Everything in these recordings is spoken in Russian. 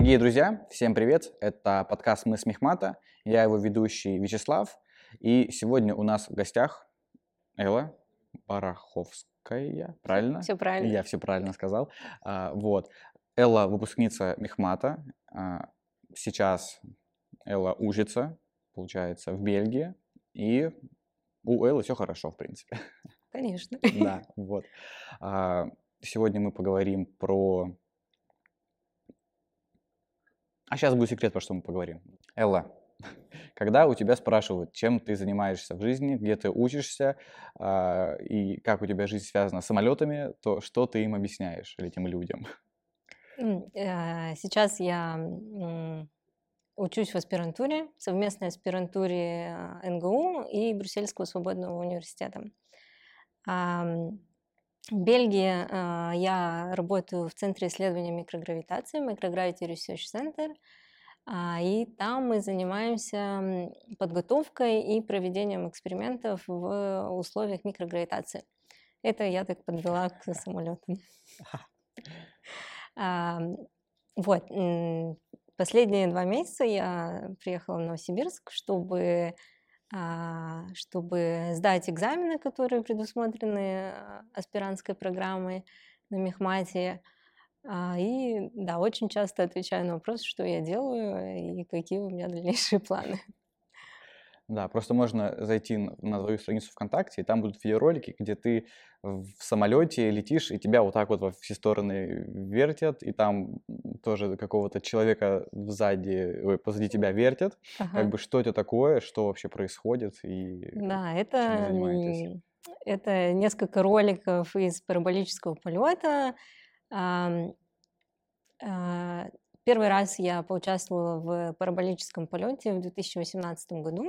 Дорогие друзья, всем привет! Это подкаст «Мы с Мехмата», я его ведущий Вячеслав, и сегодня у нас в гостях Элла Бараховская, правильно? Все правильно. Я все правильно сказал. Вот. Элла выпускница Мехмата, сейчас Элла учится, получается, в Бельгии, и у Эллы все хорошо, в принципе. Конечно. Да, вот. Сегодня мы поговорим про... А сейчас будет секрет, про что мы поговорим. Элла, когда у тебя спрашивают, чем ты занимаешься в жизни, где ты учишься, и как у тебя жизнь связана с самолетами, то что ты им объясняешь, или этим людям? Сейчас я учусь в аспирантуре, совместной аспирантуре НГУ и Брюссельского свободного университета. В Бельгии я работаю в Центре исследования микрогравитации, Microgravity Research Center, и там мы занимаемся подготовкой и проведением экспериментов в условиях микрогравитации. Это я так подвела к самолетам. Вот, последние 2 месяца я приехала в Новосибирск, чтобы сдать экзамены, которые предусмотрены аспирантской программой на Мехмате. И да, очень часто отвечаю на вопрос, что я делаю и какие у меня дальнейшие планы. Да, просто можно зайти на твою страницу ВКонтакте, и там будут видеоролики, где ты в самолете летишь, и тебя вот так вот во все стороны вертят, и там тоже какого-то человека позади тебя вертят. Как бы что это такое, что вообще происходит и Да, чем вы занимаетесь? это несколько роликов из параболического полета. Первый раз я поучаствовала в параболическом полете в 2018 году.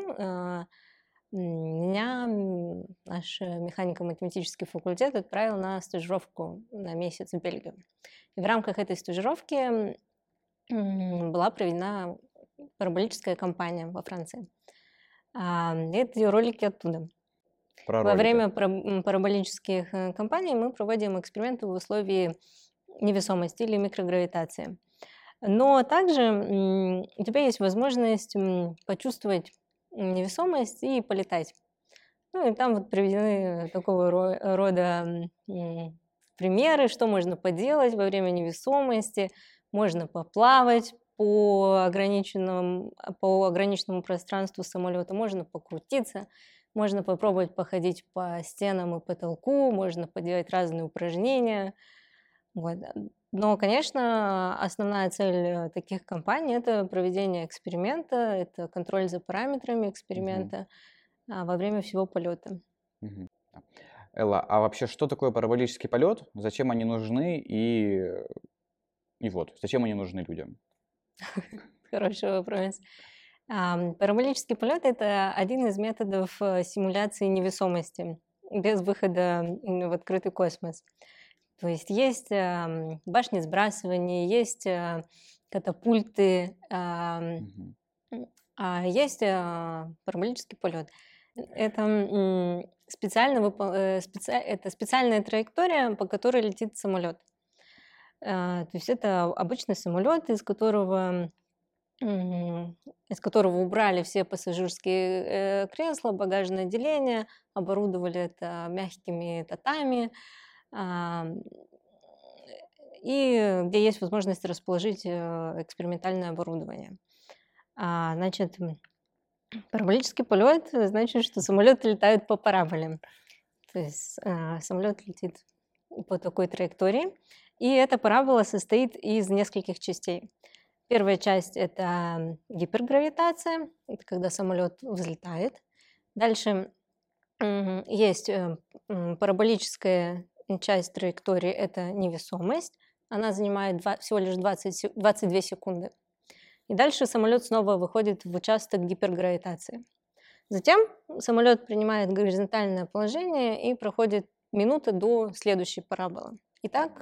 Меня наш механико-математический факультет отправил на стажировку на месяц в Бельгию. И в рамках этой стажировки была проведена параболическая кампания во Франции. Это ролики оттуда. Про Во ролики. время параболических кампаний мы проводим эксперименты в условии невесомости или микрогравитации. Но также у тебя есть возможность почувствовать невесомость и полетать. Ну и там вот приведены такого рода примеры, что можно поделать во время невесомости. Можно поплавать по ограниченному пространству самолета, можно покрутиться, можно попробовать походить по стенам и потолку, можно поделать разные упражнения. Вот. Но, конечно, основная цель таких компаний – это проведение эксперимента, это контроль за параметрами эксперимента во время всего полета. Мгм. Элла, а вообще что такое параболический полет? Зачем они нужны и вот, зачем они нужны людям? Хороший вопрос. Параболический полет – это один из методов симуляции невесомости без выхода в открытый космос. То есть есть башни сбрасывания, есть катапульты, есть параболический полет. Это специальная траектория, по которой летит самолет. То есть это обычный самолет, из которого убрали все пассажирские кресла, багажное отделение, оборудовали это мягкими татами, и где есть возможность расположить экспериментальное оборудование. Значит, параболический полет значит, что самолеты летают по параболе. То есть самолет летит по такой траектории, и эта парабола состоит из нескольких частей. Первая часть – это гипергравитация, это когда самолет взлетает. Дальше есть параболическая часть траектории – это невесомость. Она занимает всего лишь 22 секунды. И дальше самолет снова выходит в участок гипергравитации. Затем самолет принимает горизонтальное положение и проходит минута до следующей параболы. Итак,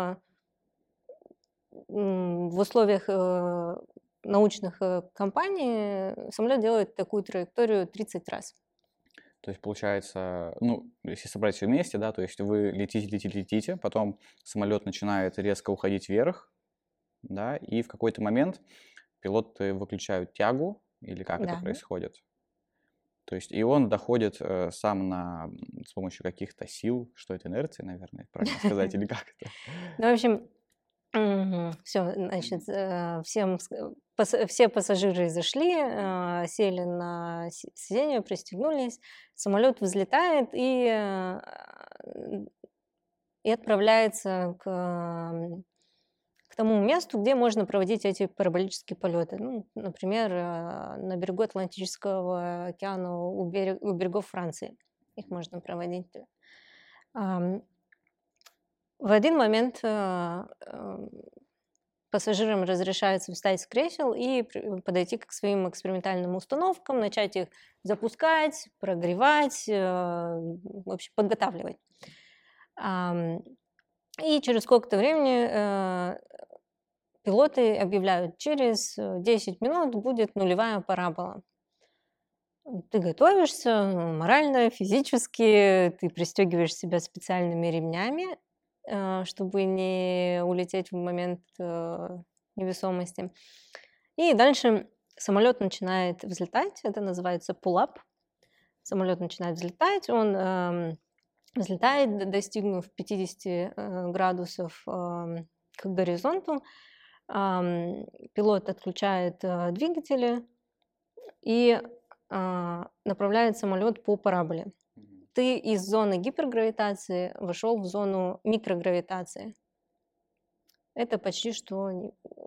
в условиях научных компаний самолет делает такую траекторию 30 раз. То есть получается, ну, если собрать все вместе, да, то есть вы летите, потом самолет начинает резко уходить вверх, да, и в какой-то момент пилоты выключают тягу, или как это Да. происходит? То есть и он доходит сам с помощью каких-то сил, что это инерция, наверное, правильно сказать, или как это? Ну, в общем, все, значит, все пассажиры зашли, сели на сиденье, пристегнулись, самолет взлетает и отправляется к тому месту, где можно проводить эти параболические полеты. Ну, например, на берегу Атлантического океана у берегов Франции их можно проводить. Ам, В один момент пассажирам разрешается встать с кресел и подойти к своим экспериментальным установкам, начать их запускать, прогревать, в общем, подготавливать. И через сколько-то времени пилоты объявляют, через 10 минут будет нулевая парабола. Ты готовишься морально, физически, ты пристегиваешь себя специальными ремнями, чтобы не улететь в момент невесомости. И дальше самолет начинает взлетать, это называется pull-up. Самолет начинает взлетать, он взлетает, достигнув 50 градусов к горизонту. Пилот отключает двигатели и направляет самолет по параболе. Ты из зоны гипергравитации вошел в зону микрогравитации. Это почти что...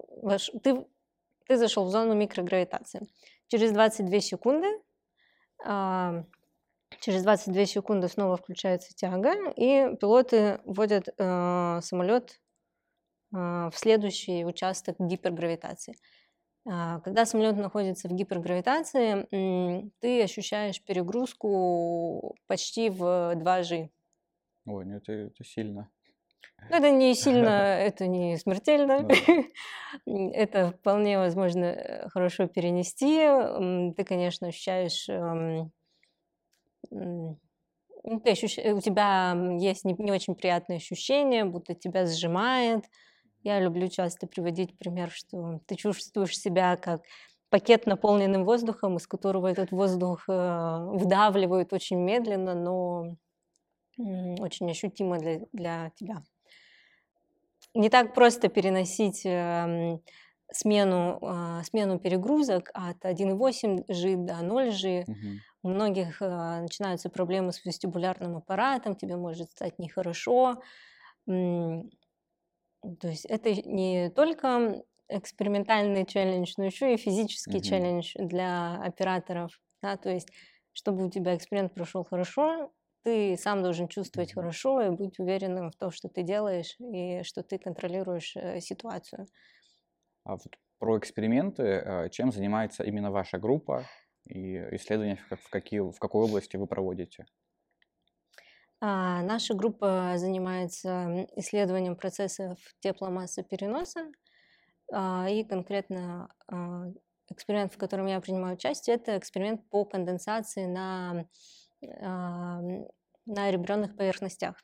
Ты зашел в зону микрогравитации. Через 22 секунды снова включается тяга, и пилоты вводят самолет в следующий участок гипергравитации. Когда самолет находится в гипергравитации, ты ощущаешь перегрузку почти в 2G. Ой, ну это сильно. Это не сильно, это не смертельно. Ну да. Это вполне возможно хорошо перенести. Ты, конечно, ощущаешь... у тебя есть не очень приятные ощущения, будто тебя сжимает. Я люблю часто приводить пример, что ты чувствуешь себя как пакет, наполненным воздухом, из которого этот воздух вдавливают очень медленно, но очень ощутимо для тебя. Не так просто переносить смену перегрузок от 1,8G до 0G. Мгм. У многих начинаются проблемы с вестибулярным аппаратом, тебе может стать нехорошо. То есть это не только экспериментальный челлендж, но еще и физический Мгм. челлендж для операторов. Да? То есть, чтобы у тебя эксперимент прошел хорошо, ты сам должен чувствовать Мгм. хорошо и быть уверенным в том, что ты делаешь, и что ты контролируешь ситуацию. А вот про эксперименты, чем занимается именно ваша группа и исследования в какой области вы проводите? Наша группа занимается исследованием процессов тепломассопереноса, и конкретно эксперимент, в котором я принимаю участие, это эксперимент по конденсации на ребрённых поверхностях.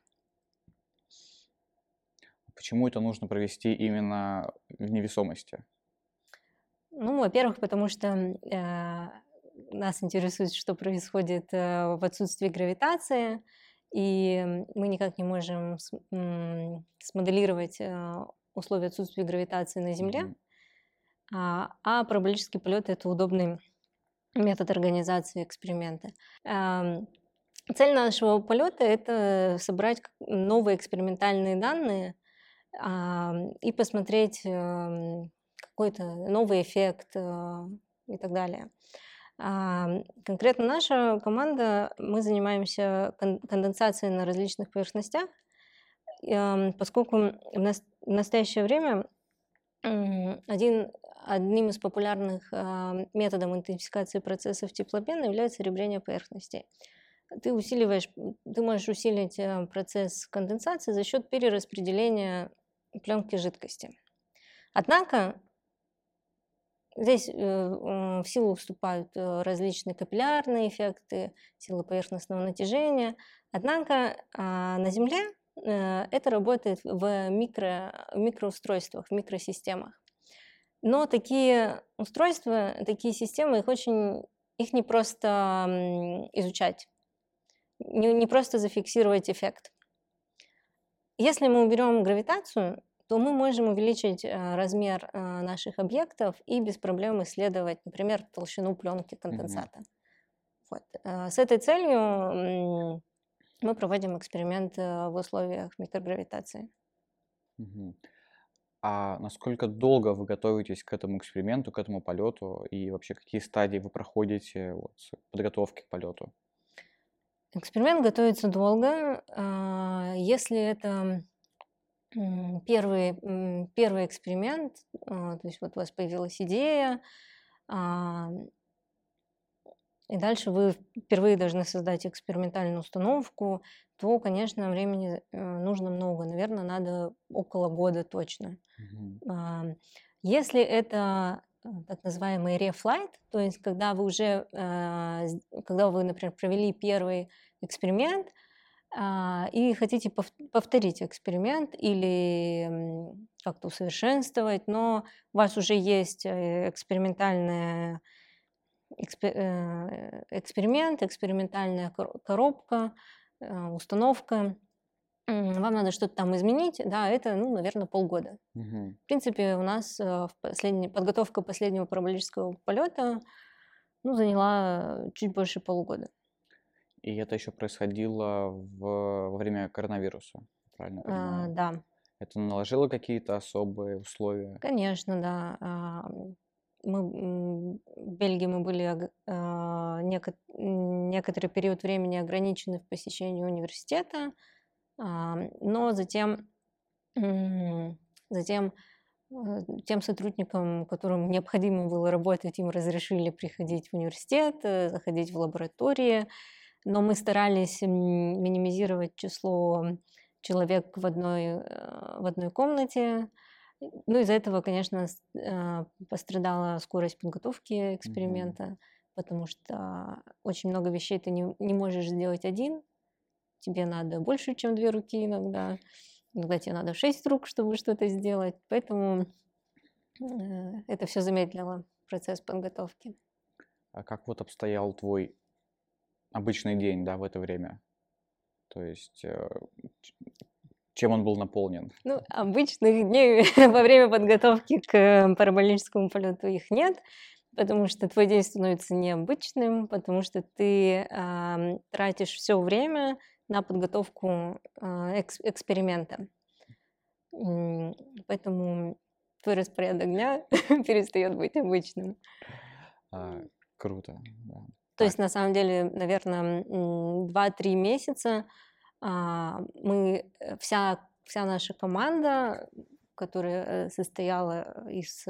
Почему это нужно провести именно в невесомости? Ну, во-первых, потому что нас интересует, что происходит в отсутствии гравитации, и мы никак не можем смоделировать условия отсутствия гравитации на Земле. Мгм. А параболический полет — это удобный метод организации эксперимента. Цель нашего полета — это собрать новые экспериментальные данные и посмотреть какой-то новый эффект и так далее. Конкретно наша команда, мы занимаемся конденсацией на различных поверхностях, поскольку в настоящее время одним из популярных методов интенсификации процессов теплообмена является ребрение поверхностей. Ты можешь усилить процесс конденсации за счет перераспределения пленки жидкости. Однако здесь в силу вступают различные капиллярные эффекты, силы поверхностного натяжения. Однако на Земле это работает в микроустройствах, в микросистемах. Но такие устройства, такие системы, их не просто изучать, не просто зафиксировать эффект. Если мы уберем гравитацию, то мы можем увеличить размер наших объектов и без проблем исследовать, например, толщину пленки конденсата. Вот. С этой целью мы проводим эксперимент в условиях микрогравитации. А насколько долго вы готовитесь к этому эксперименту, к этому полету, и вообще какие стадии вы проходите вот, подготовки к полету? Эксперимент готовится долго. Если это первый эксперимент, то есть вот у вас появилась идея, и дальше вы впервые должны создать экспериментальную установку, то, конечно, времени нужно много. Наверное, надо около года точно. Если это так называемый reflight, то есть когда вы, например, провели первый эксперимент и хотите повторить эксперимент или как-то усовершенствовать, но у вас уже есть экспериментальная коробка, установка, вам надо что-то там изменить, да, это, наверное, полгода. В принципе, у нас подготовка последнего параболического полета заняла чуть больше полугода. И это еще происходило во время коронавируса, правильно я понимаю? Да. Это наложило какие-то особые условия? Конечно, да. В Бельгии мы были некоторый период времени ограничены в посещении университета, но затем тем сотрудникам, которым необходимо было работать, им разрешили приходить в университет, заходить в лаборатории, но мы старались минимизировать число человек в одной комнате. Из-за этого, конечно, пострадала скорость подготовки эксперимента, потому что очень много вещей ты не можешь сделать один. Тебе надо больше, чем 2 руки иногда. Иногда тебе надо 6 рук, чтобы что-то сделать. Поэтому это все замедлило процесс подготовки. А как вот обстоял твой обычный день, да, в это время? То есть чем он был наполнен? Обычных дней во время подготовки к параболическому полету их нет, потому что твой день становится необычным, потому что ты тратишь все время на подготовку эксперимента. Поэтому твой распорядок дня перестает быть обычным. Круто, да. То есть, на самом деле, наверное, 2-3 месяца вся наша команда, которая состояла из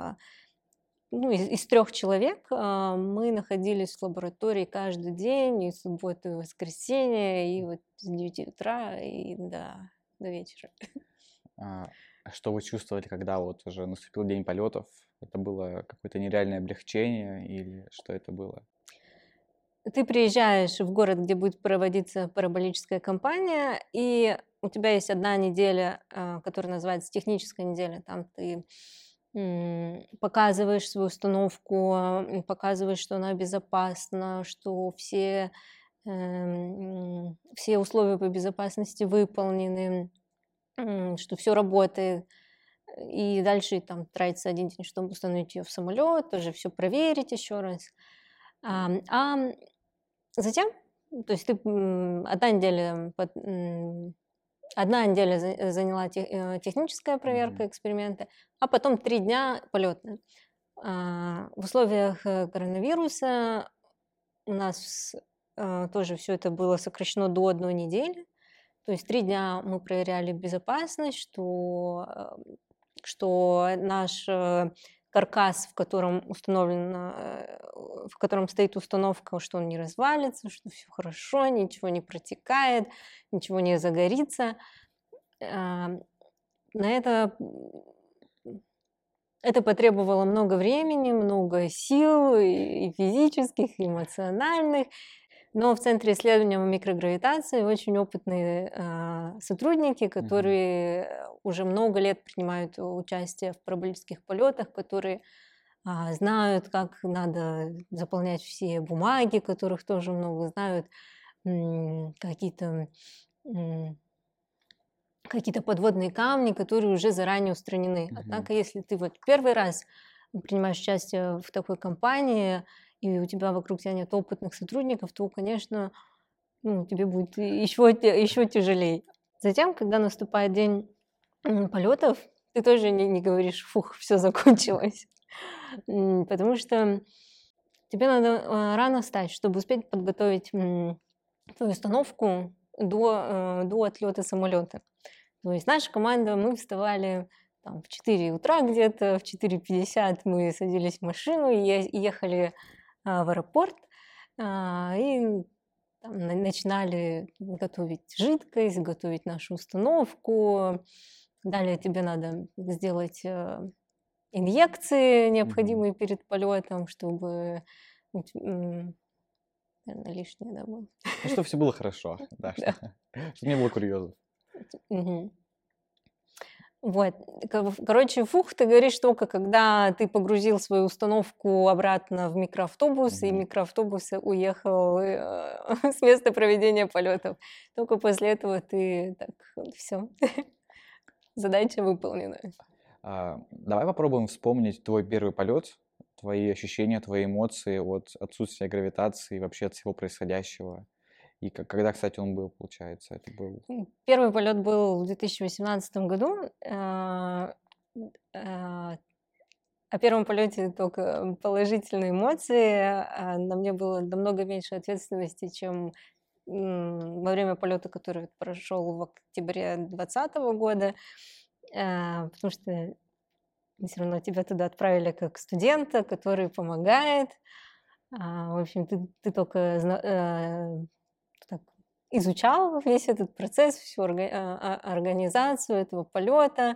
3 человек, мы находились в лаборатории каждый день, и субботу, и воскресенье, и вот с 9 утра и до вечера. Что вы чувствовали, когда вот уже наступил день полетов? Это было какое-то нереальное облегчение или что это было? Ты приезжаешь в город, где будет проводиться параболическая кампания, и у тебя есть 1 неделя, которая называется техническая неделя. Там ты показываешь свою установку, показываешь, что она безопасна, что все условия по безопасности выполнены, что все работает. И дальше там тратится 1 день, чтобы установить ее в самолет, тоже все проверить еще раз. Затем, то есть одна неделя заняла техническая проверка эксперимента, а потом 3 дня полетная. В условиях коронавируса у нас тоже все это было сокращено до 1 недели. То есть 3 дня мы проверяли безопасность, что наш каркас, в котором стоит установка, что он не развалится, что все хорошо, ничего не протекает, ничего не загорится. Это потребовало много времени, много сил и физических, и эмоциональных. Но в Центре исследования микрогравитации очень опытные сотрудники, Мгм. которые уже много лет принимают участие в параболических полетах, которые знают, как надо заполнять все бумаги, которых тоже много, знают какие-то какие-то подводные камни, которые уже заранее устранены. Мгм. Однако, если ты вот первый раз принимаешь участие в такой кампании, и у тебя вокруг тебя нет опытных сотрудников, то, конечно, тебе будет еще тяжелее. Затем, когда наступает день полетов, ты тоже не говоришь, фух, все закончилось. Потому что тебе надо рано встать, чтобы успеть подготовить твою установку до отлета самолета. То есть наша команда, мы вставали там, в 4 утра где-то, в 4:50 мы садились в машину и ехали в аэропорт, и там начинали готовить жидкость, готовить нашу установку. Далее тебе надо сделать инъекции, Мгм. необходимые перед полетом, чтобы, наверное, лишнее, да, было. Ну, чтобы все было хорошо, да, Да. чтобы не было курьезов. Мгм. Вот. Короче, фух, ты говоришь только, когда ты погрузил свою установку обратно в микроавтобус, и Мгм. микроавтобус уехал с места проведения полетов. Только после этого ты так, все, задача выполнена. Давай попробуем вспомнить твой первый полет, твои ощущения, твои эмоции от отсутствия гравитации, вообще от всего происходящего. И когда, кстати, он был, получается? Это был... Первый полет был в 2018 году. О первом полете только положительные эмоции. На мне было намного меньше ответственности, чем во время полета, который прошел в октябре 2020 года, потому что все равно тебя туда отправили как студента, который помогает. В общем, ты только так изучал весь этот процесс, всю организацию этого полета.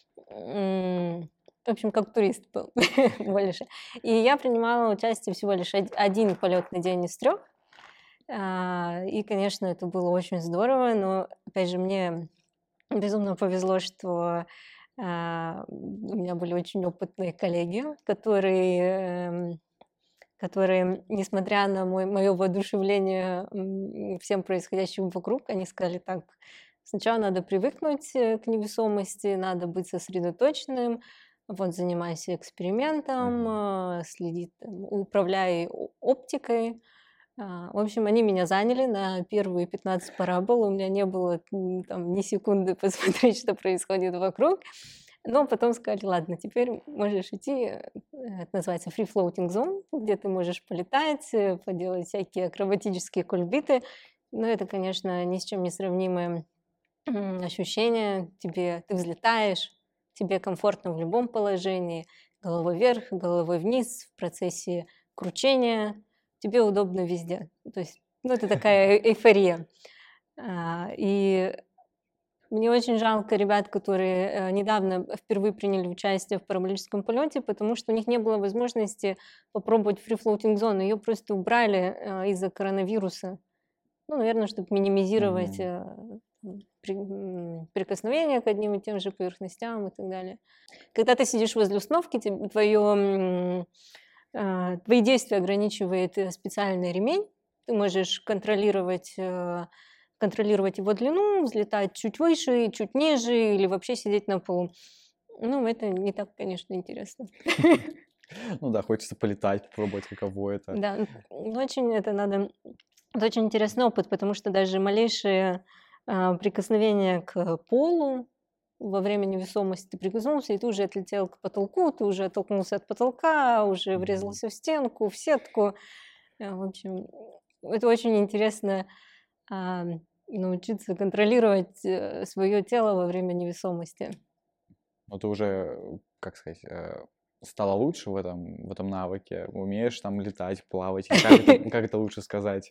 В общем, как турист был больше. И я принимала участие всего лишь один полетный день из 3. И, конечно, это было очень здорово, но, опять же, мне безумно повезло, что у меня были очень опытные коллеги, которые, несмотря на мое воодушевление всем происходящим вокруг, они сказали так: сначала надо привыкнуть к невесомости, надо быть сосредоточенным, вот занимайся экспериментом, следи, управляй оптикой. В общем, они меня заняли на первые 15 парабол. У меня не было там ни секунды посмотреть, что происходит вокруг. Но потом сказали: ладно, теперь можешь идти, это называется free floating zone, где ты можешь полетать, поделать всякие акробатические кульбиты. Но это, конечно, ни с чем не сравнимое ощущение. Ты взлетаешь, тебе комфортно в любом положении, головой вверх, головой вниз, в процессе кручения. Тебе удобно везде. То есть, это такая эйфория. И мне очень жалко ребят, которые недавно впервые приняли участие в параболическом полете, потому что у них не было возможности попробовать free-floating zone. Ее просто убрали из-за коронавируса. Наверное, чтобы минимизировать прикосновения к одним и тем же поверхностям и так далее. Когда ты сидишь возле установки, твои действия ограничивает специальный ремень. Ты можешь контролировать его длину, взлетать чуть выше, чуть ниже или вообще сидеть на полу. Это не так, конечно, интересно. Ну да, хочется полетать, попробовать, каково это. Да, это очень интересный опыт, потому что даже малейшее прикосновение к полу во время невесомости, ты прикоснулся, и ты уже отлетел к потолку, ты уже оттолкнулся от потолка, уже врезался в стенку, в сетку. В общем, это очень интересно научиться контролировать свое тело во время невесомости. Но ты уже, как сказать, стала лучше в этом навыке? Умеешь там летать, плавать? Как это лучше сказать?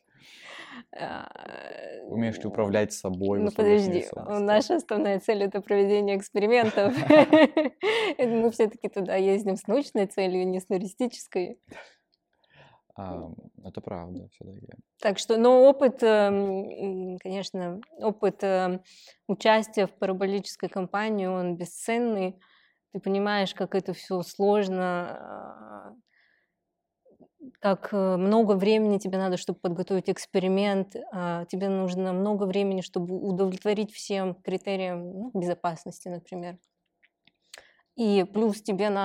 Умеешь ли управлять собой в условиях Подожди, невесомости? наша основная цель — это проведение экспериментов. Мы все-таки туда ездим с научной целью, не с туристической. А, это правда все-таки. Так что, но опыт, конечно, опыт участия в параболической кампании, он бесценный. Ты понимаешь, как это все сложно, как много времени тебе надо, чтобы подготовить эксперимент, тебе нужно много времени, чтобы удовлетворить всем критериям, ну, безопасности, например. И плюс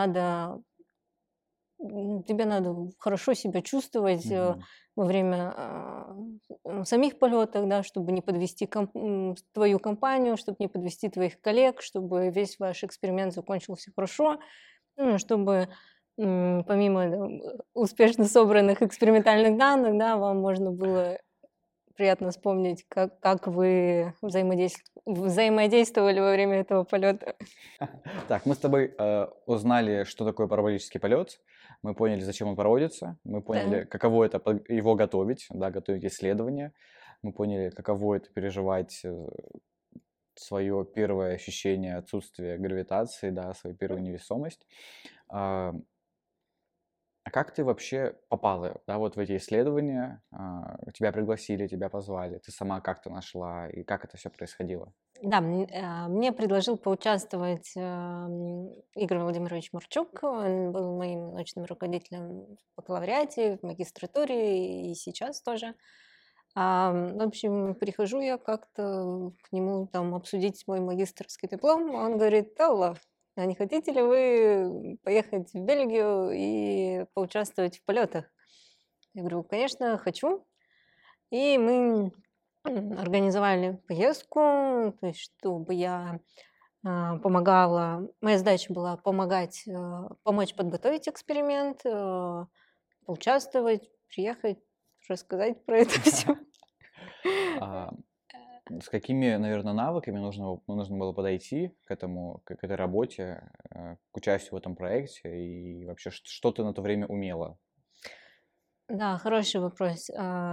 тебе надо хорошо себя чувствовать Мгм. во время самих полетов, да, чтобы не подвести твою компанию, чтобы не подвести твоих коллег, чтобы весь ваш эксперимент закончился хорошо, ну, чтобы помимо успешно собранных экспериментальных данных, да, вам можно было приятно вспомнить, как вы взаимодействовали во время этого полета. Так, мы с тобой узнали, что такое параболический полет. Мы поняли, зачем он проводится. Мы Да. поняли, каково это его готовить, да, готовить исследования. Мы поняли, каково это переживать свое первое ощущение отсутствия гравитации, да, свою первую невесомость. А а как ты вообще попала, да, вот в эти исследования? Тебя пригласили, тебя позвали, ты сама как-то нашла, и как это все происходило? Да, мне предложил поучаствовать Игорь Владимирович Марчук. Он был моим научным руководителем в бакалавриате, в магистратуре и сейчас тоже. В общем, прихожу я как-то к нему там обсудить мой магистерский диплом. Он говорит: Алла, а не хотите ли вы поехать в Бельгию и поучаствовать в полетах? Я говорю: конечно, хочу. И мы организовали поездку, то есть чтобы я помогала. Моя задача была помочь подготовить эксперимент, поучаствовать, приехать, рассказать про это все. А, с какими, наверное, навыками нужно было подойти к этой работе, к участию в этом проекте, и вообще, что ты на то время умела? Да, хороший вопрос.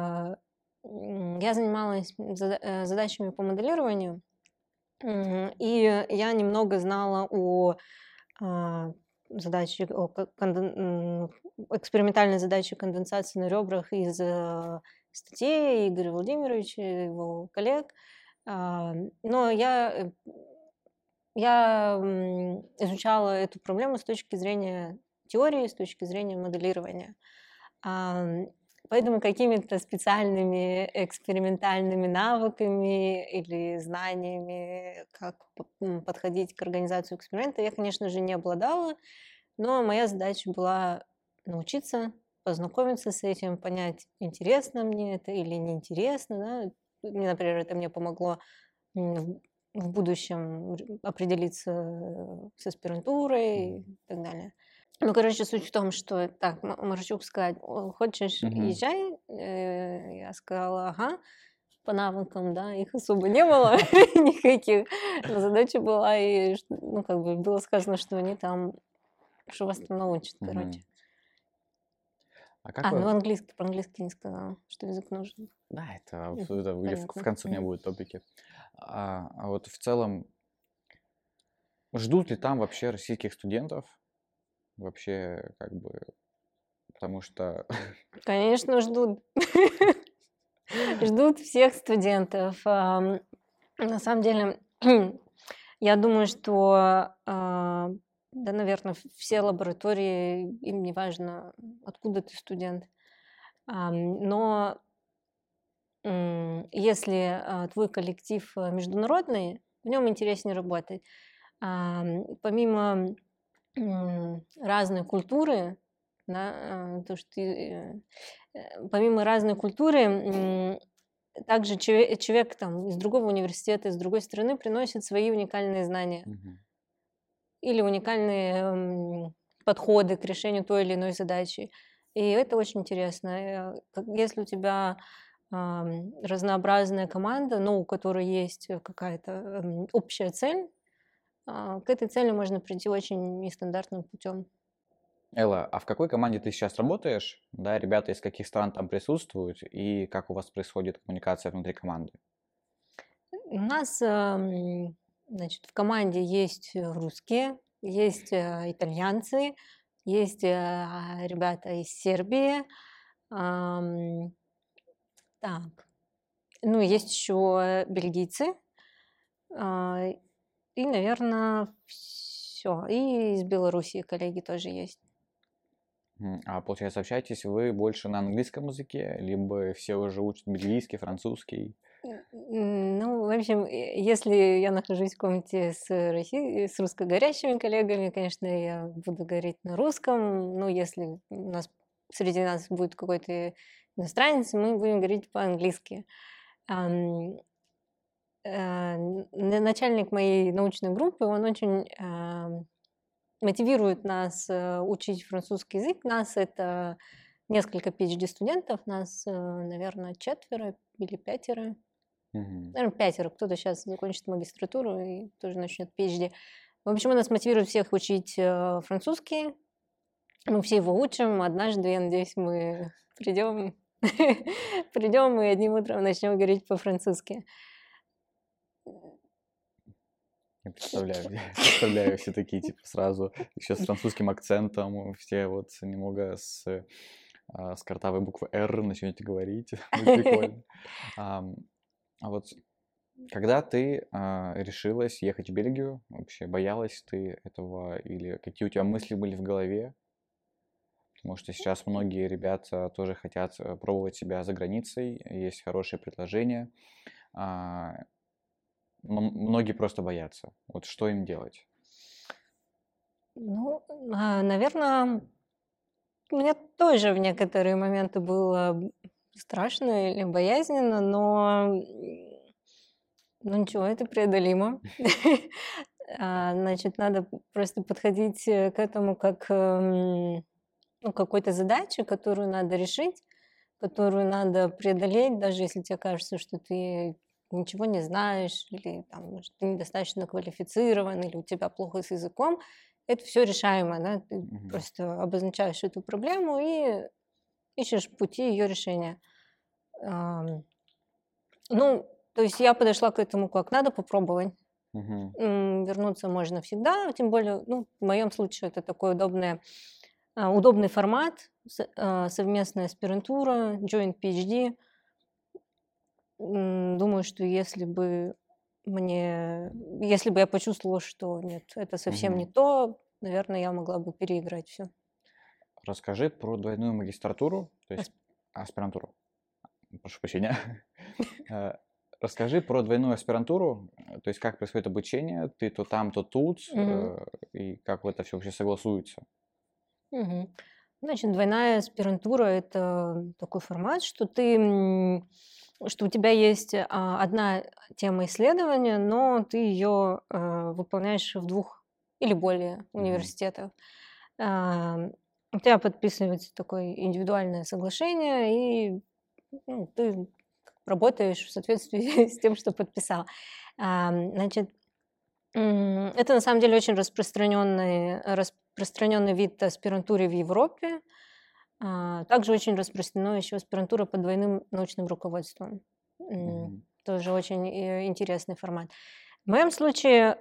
Я занималась задачами по моделированию, и я немного знала а, экспериментальной задаче конденсации на ребрах из статей Игоря Владимировича и его коллег. Но я изучала эту проблему с точки зрения теории, с точки зрения моделирования. Ам, Поэтому какими-то специальными экспериментальными навыками или знаниями, как подходить к организации эксперимента, я, конечно же, не обладала, но моя задача была научиться, познакомиться с этим, понять, интересно мне это или неинтересно. Да. Мне, например, это мне помогло в в будущем определиться с аспирантурой Мгм. и так далее. Ну, короче, суть в том, что так, Марчук сказать: Хочешь, Мгм. езжай?» Я сказала: «Ага». По навыкам, да, их особо не было никаких, но задача была, и, ну, как бы было сказано, что они там, что вас там научат, короче. Мгм. А как вы... Ну, английский, по-английски не сказала, что язык нужен. Да, это, Мгм. это или в Понятно. конце у меня Мгм. будут топики. А вот в целом, ждут ли там вообще российских студентов? Вообще, как бы, потому что... Конечно, ждут. Ждут всех студентов. На самом деле, я думаю, что, да, наверное, все лаборатории, им не важно, откуда ты студент. Но если твой коллектив международный, в нем интереснее работать. Помимо разной культуры, да, помимо разной культуры, также человек там из другого университета, из другой страны приносит свои уникальные знания Мгм. или уникальные подходы к решению той или иной задачи. И это очень интересно. Если у тебя разнообразная команда, но у которой есть какая-то общая цель, к этой цели можно прийти очень нестандартным путем. Элла, а в какой команде ты сейчас работаешь? Да, ребята из каких стран там присутствуют? И как у вас происходит коммуникация внутри команды? У нас, значит, в команде есть русские, есть итальянцы, есть ребята из Сербии, Ам, Так, ну, есть еще бельгийцы, а, и, наверное, все. И из Белоруссии коллеги тоже есть. А получается, общаетесь вы больше на английском языке, либо все уже учат бельгийский, французский? Ну, в общем, если я нахожусь в комнате с русскоговорящими коллегами, конечно, я буду говорить на русском. Но если среди нас будет какой-то иностранец, мы будем говорить по-английски. Ам, Начальник моей научной группы, он очень мотивирует нас учить французский язык. Нас это несколько PhD-студентов, нас, наверное, 4 или 5. Мгм. Наверное, 5. Кто-то сейчас закончит магистратуру и тоже начнет PhD. В общем, нас мотивирует всех учить французский. Мы все его учим. Однажды, я надеюсь, мы придем, придем и одним утром начнем говорить по-французски. Я представляю все такие, типа, сразу, еще с французским акцентом, все вот немного с картавой буквы «Р» начнете говорить. Будет прикольно. Ам, А вот когда ты решилась ехать в Бельгию, вообще боялась ты этого или какие у тебя мысли были в голове? Потому что сейчас многие ребята тоже хотят пробовать себя за границей, есть хорошие предложения. а, Многие просто боятся. Вот что им делать? Ну, наверное, мне тоже в некоторые моменты было страшно или боязненно, но ну ничего, это преодолимо. Значит, надо просто подходить к этому как ну, какой-то задаче, которую надо решить, которую надо преодолеть, даже если тебе кажется, что ты ничего не знаешь, или там, может, ты недостаточно квалифицирован, или у тебя плохо с языком. Это все решаемо, да? Ты Мгм. просто обозначаешь эту проблему и ищешь пути ее решения. Ам, Ну, то есть я подошла к этому как надо попробовать. Мгм. Вернуться можно всегда, тем более, ну, в моем случае это такой удобный формат, совместная аспирантура, joint PhD. Думаю, что если бы я почувствовала, что нет, это совсем не Мгм. то, наверное, я могла бы переиграть все. Расскажи про двойную магистратуру, то есть аспирантуру. Прошу прощения. Э, Расскажи про двойную аспирантуру, то есть как происходит обучение, ты то там, то тут, и как вот это все вообще согласуется. Значит, двойная аспирантура — это такой формат, что у тебя есть одна тема исследования, но ты ее выполняешь в 2 или более Мгм. университетах. А, У тебя подписывается такое индивидуальное соглашение, и ты работаешь в соответствии с тем, что подписал. Значит, это на самом деле очень распространенный вид аспирантуры в Европе. Также очень распространена еще аспирантура по двойным научным руководствам. Мгм. Тоже очень интересный формат. В моем случае,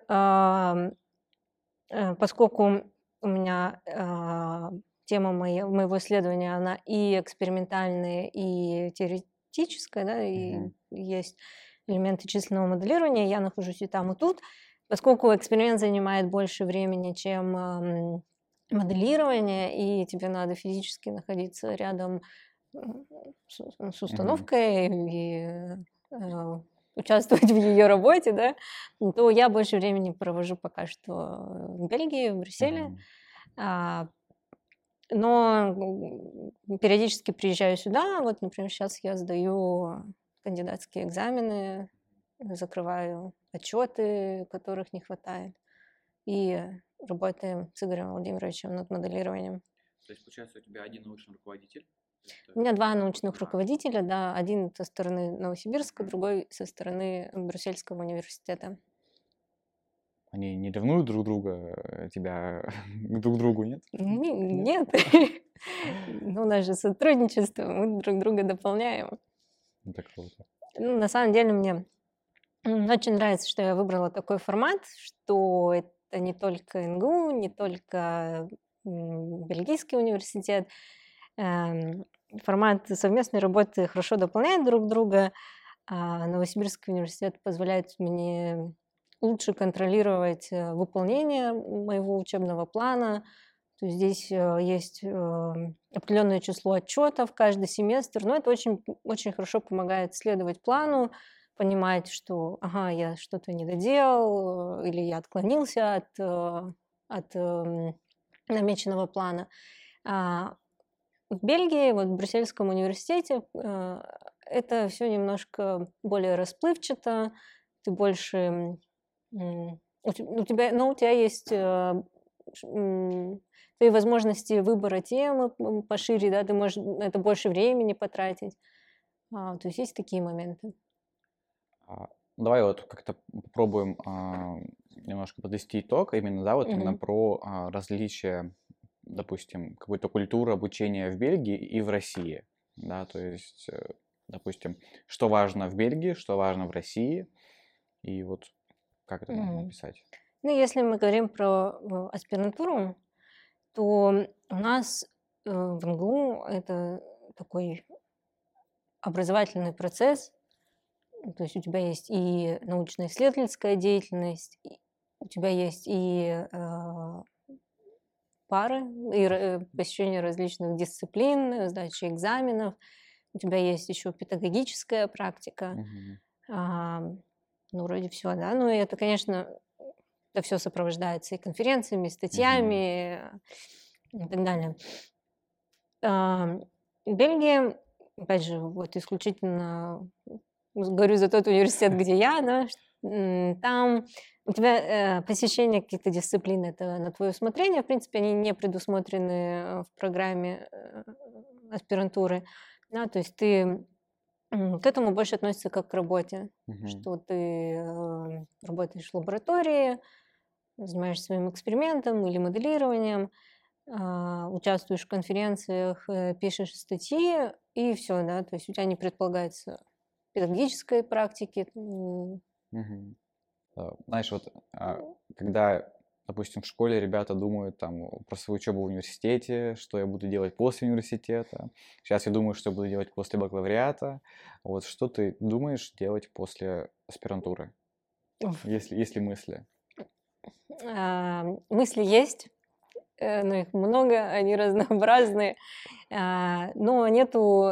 поскольку у меня тема моего исследования, она и экспериментальная, и теоретическая, да, и Мгм. есть элементы численного моделирования, я нахожусь и там, и тут. Поскольку эксперимент занимает больше времени, чем моделирование, и тебе надо физически находиться рядом с Мгм. установкой и э, участвовать в ее работе, да, то я больше времени провожу пока что в Бельгии, в Брюсселе. Мгм. А, но периодически приезжаю сюда. Вот, например, сейчас я сдаю кандидатские экзамены, закрываю отчеты, которых не хватает, и работаем с Игорем Владимировичем над моделированием. То есть, получается, у тебя один научный руководитель? У меня 2 научных руководителя, да, один со стороны Новосибирска, другой со стороны Брюссельского университета. Они не ревнуют друг друга, тебя друг к другу, нет? Нет? Нет, ну, у нас же сотрудничество, мы друг друга дополняем. Это круто. Ну, на самом деле мне очень нравится, что я выбрала такой формат, что это не только НГУ, не только бельгийский университет. формат совместной работы хорошо дополняет друг друга. Новосибирский университет позволяет мне лучше контролировать выполнение моего учебного плана. То есть здесь есть определенное число отчетов каждый семестр, но это очень, очень хорошо помогает следовать плану, понимать, что ага, я что-то не доделал или я отклонился от намеченного плана. В Бельгии, вот в Брюссельском университете, это все немножко более расплывчато, ты больше... у тебя есть твои возможности выбора темы пошире, да, ты можешь на это больше времени потратить. То есть есть такие моменты. Давай вот как-то попробуем немножко подвести итог именно, да, вот именно про различия, допустим, какой-то культуры обучения в Бельгии и в России, да, то есть, допустим, что важно в Бельгии, что важно в России, и вот как это можно описать? Ну, если мы говорим про аспирантуру, то у нас в МГУ это такой образовательный процесс, то есть у тебя есть и научно-исследовательская деятельность, у тебя есть и пары, и посещение различных дисциплин, сдача экзаменов, у тебя есть еще педагогическая практика, ну, вроде все, да, ну, и это, конечно, это все сопровождается и конференциями, и статьями и так далее. Бельгия, опять же, вот исключительно говорю за тот университет, где я, да, там у тебя посещение каких-то дисциплин, это на твое усмотрение, в принципе, они не предусмотрены в программе аспирантуры, да, то есть ты к этому больше относится как к работе, что ты работаешь в лаборатории, занимаешься своим экспериментом или моделированием, участвуешь в конференциях, пишешь статьи, и все, да, то есть у тебя не предполагается педагогической практики. Знаешь, вот когда, допустим, в школе ребята думают там про свою учебу в университете, что я буду делать после университета. Сейчас я думаю, что буду делать после бакалавриата. Вот что ты думаешь делать после аспирантуры? Если мысли. Мысли есть, но их много, они разнообразные, но нету...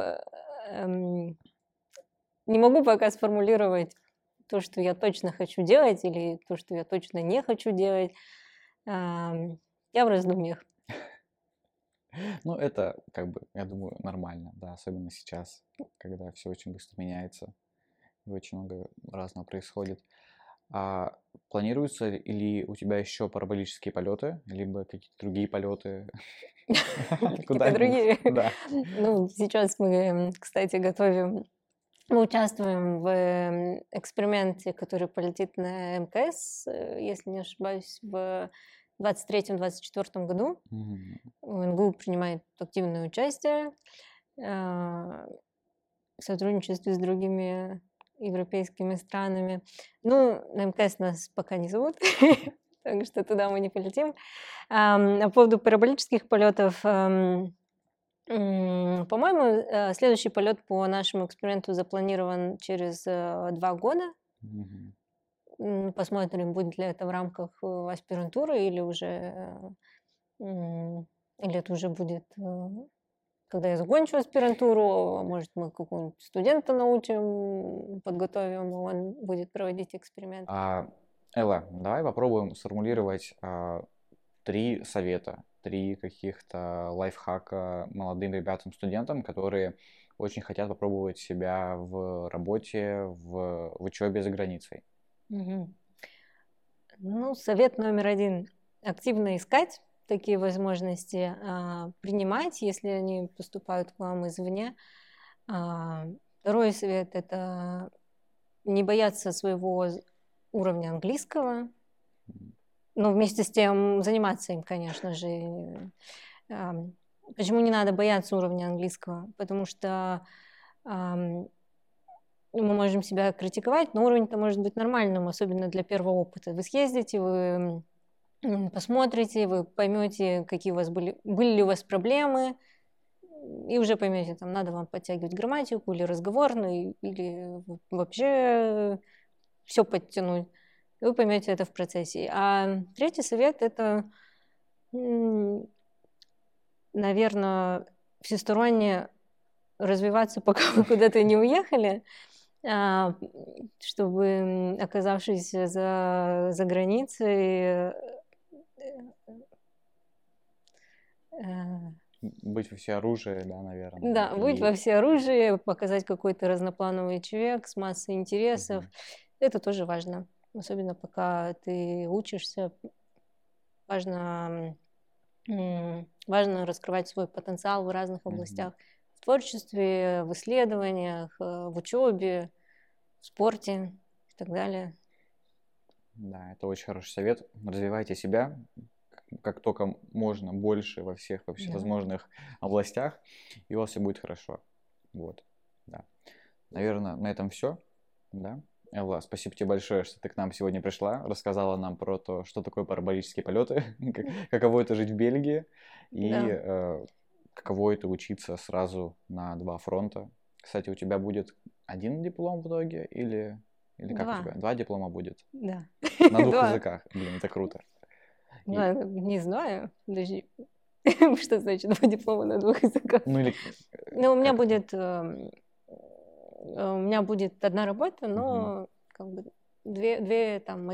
Не могу пока сформулировать то, что я точно хочу делать, или то, что я точно не хочу делать. Я в раздумьях. Ну, это, как бы, я думаю, нормально, да, особенно сейчас, когда все очень быстро меняется и очень много разного происходит. Планируются ли у тебя еще параболические полеты, либо какие-то другие полеты? Какие-то другие? Да. Ну, сейчас мы, кстати, мы участвуем в эксперименте, который полетит на МКС, если не ошибаюсь, в 2023-2024 году. МГУ принимает активное участие в сотрудничестве с другими европейскими странами. Ну, на МКС нас пока не зовут, так что туда мы не полетим. По поводу параболических полетов, по-моему, следующий полет по нашему эксперименту запланирован через 2 года. Посмотрим, будет ли это в рамках аспирантуры или это уже будет, когда я закончу аспирантуру, может, мы какого-нибудь студента научим, подготовим, он будет проводить эксперимент. Элла, давай попробуем сформулировать 3 совета, 3 каких-то лайфхака молодым ребятам, студентам, которые очень хотят попробовать себя в работе, в учебе за границей. Ну, совет номер 1. Активно искать такие возможности, принимать, если они поступают к вам извне. Второй совет – это не бояться своего уровня английского, но вместе с тем заниматься им, конечно же. Почему не надо бояться уровня английского? Потому что мы можем себя критиковать, но уровень-то может быть нормальным, особенно для первого опыта. Вы съездите, вы посмотрите, вы поймете, какие у вас были ли у вас проблемы, и уже поймете, там надо вам подтягивать грамматику или разговорную, или вообще все подтянуть. Вы поймете это в процессе. А третий совет – это, наверное, всесторонне развиваться, пока вы куда-то не уехали, чтобы, оказавшись за границей, Быть во всеоружии, да, наверное. да, быть во всеоружии, показать какой-то разноплановый человек с массой интересов. Это тоже важно. Особенно пока ты учишься, важно раскрывать свой потенциал в разных областях. В творчестве, в исследованиях, в учебе, в спорте и так далее. Да, это очень хороший совет. Развивайте себя как только можно больше во всех вообще возможных областях, и у вас все будет хорошо. Вот, да. Наверное, на этом все. Да. Элла, спасибо тебе большое, что ты к нам сегодня пришла, рассказала нам про то, что такое параболические полеты, каково это жить в Бельгии, и каково это учиться сразу на 2 фронта. Кстати, у тебя будет 1 диплом в итоге или как у тебя? 2 диплома будет? Да. На 2 языках. Блин, это круто. Не знаю, подожди. Что значит 2 диплома на 2 языках? Ну, у меня будет 1 работа, но как бы 2 там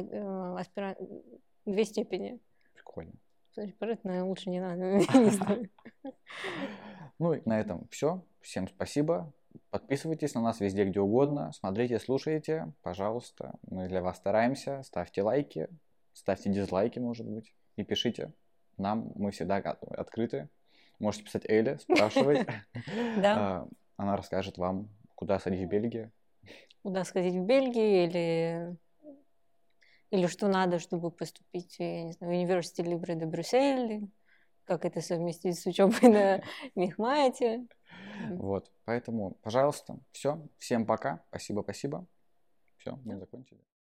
2 степени. Прикольно. Наверное, лучше не надо. Не знаю. Ну и на этом все. Всем спасибо. Подписывайтесь на нас везде, где угодно. Смотрите, слушайте, пожалуйста. Мы для вас стараемся. Ставьте лайки, ставьте дизлайки, может быть. И пишите нам. Мы всегда открыты. Можете писать Эле, спрашивать. Да. Она расскажет вам, куда сходить в Бельгии. Куда сходить в Бельгию или что надо, чтобы поступить, я не знаю, в Université Libre de Bruxelles, как это совместить с учебой на Мехмате. Вот, поэтому, пожалуйста, все. Всем пока. Спасибо. Все, мы закончили.